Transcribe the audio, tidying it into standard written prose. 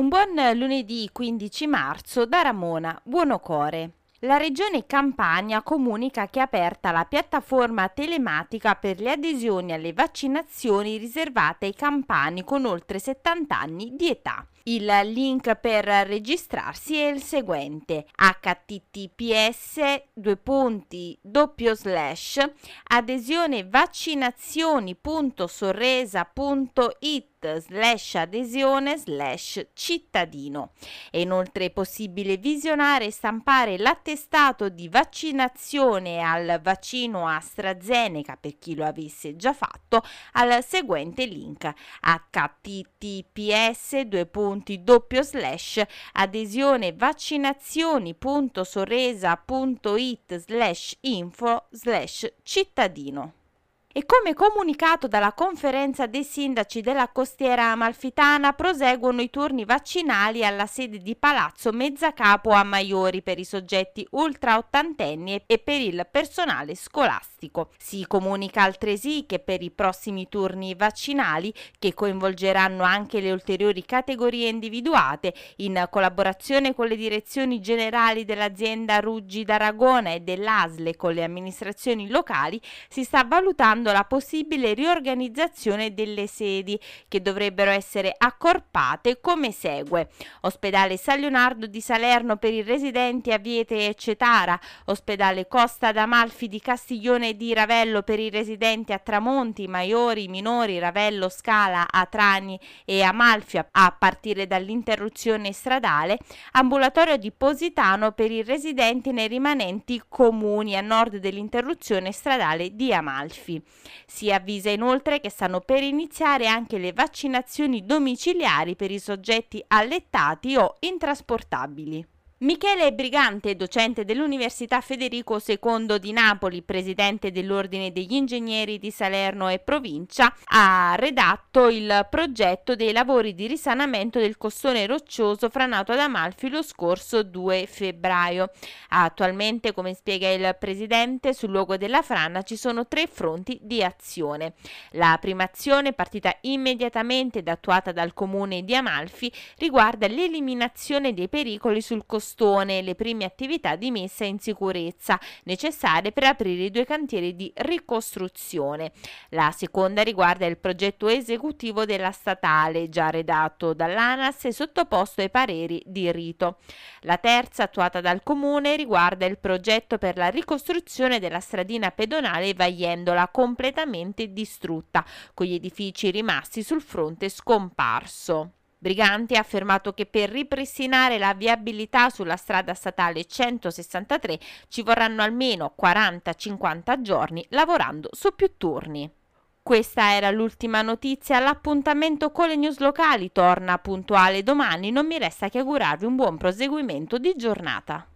Un buon lunedì 15 marzo da Ramona Buonocore. La Regione Campania comunica che è aperta la piattaforma telematica per le adesioni alle vaccinazioni riservate ai campani con oltre 70 anni di età. Il link per registrarsi è il seguente: https://adesione/vaccinazioni.sorresa.it/adesione/cittadino. È inoltre possibile visionare e stampare l'attestato di vaccinazione al vaccino AstraZeneca per chi lo avesse già fatto al seguente link: https://adesione/vaccinazioni.sorresa.it/info/cittadino. E come comunicato dalla conferenza dei sindaci della costiera amalfitana, proseguono i turni vaccinali alla sede di Palazzo Mezzacapo a Maiori per i soggetti ultra ottantenni e per il personale scolastico. Si comunica altresì che per i prossimi turni vaccinali, che coinvolgeranno anche le ulteriori categorie individuate, in collaborazione con le direzioni generali dell'azienda Ruggi d'Aragona e dell'ASL con le amministrazioni locali, si sta valutando la possibile riorganizzazione delle sedi, che dovrebbero essere accorpate come segue: Ospedale San Leonardo di Salerno per i residenti a Viete e Cetara, Ospedale Costa d'Amalfi di Castiglione e di Ravello per i residenti a Tramonti, Maiori, Minori, Ravello, Scala, Atrani e Amalfi a partire dall'interruzione stradale, Ambulatorio di Positano per i residenti nei rimanenti comuni a nord dell'interruzione stradale di Amalfi. Si avvisa inoltre che stanno per iniziare anche le vaccinazioni domiciliari per i soggetti allettati o intrasportabili. Michele Brigante, docente dell'Università Federico II di Napoli, presidente dell'Ordine degli Ingegneri di Salerno e Provincia, ha redatto il progetto dei lavori di risanamento del costone roccioso franato ad Amalfi lo scorso 2 febbraio. Attualmente, come spiega il presidente, sul luogo della frana ci sono 3 fronti di azione. La prima azione, partita immediatamente ed attuata dal comune di Amalfi, riguarda l'eliminazione dei pericoli sul costone e le prime attività di messa in sicurezza necessarie per aprire i 2 cantieri di ricostruzione. La seconda riguarda il progetto esecutivo della statale, già redatto dall'ANAS e sottoposto ai pareri di rito. La terza, attuata dal comune, riguarda il progetto per la ricostruzione della stradina pedonale Vaiendola, completamente distrutta, con gli edifici rimasti sul fronte scomparso. Briganti ha affermato che per ripristinare la viabilità sulla strada statale 163 ci vorranno almeno 40-50 giorni, lavorando su più turni. Questa era l'ultima notizia. L'appuntamento con le news locali torna puntuale domani. Non mi resta che augurarvi un buon proseguimento di giornata.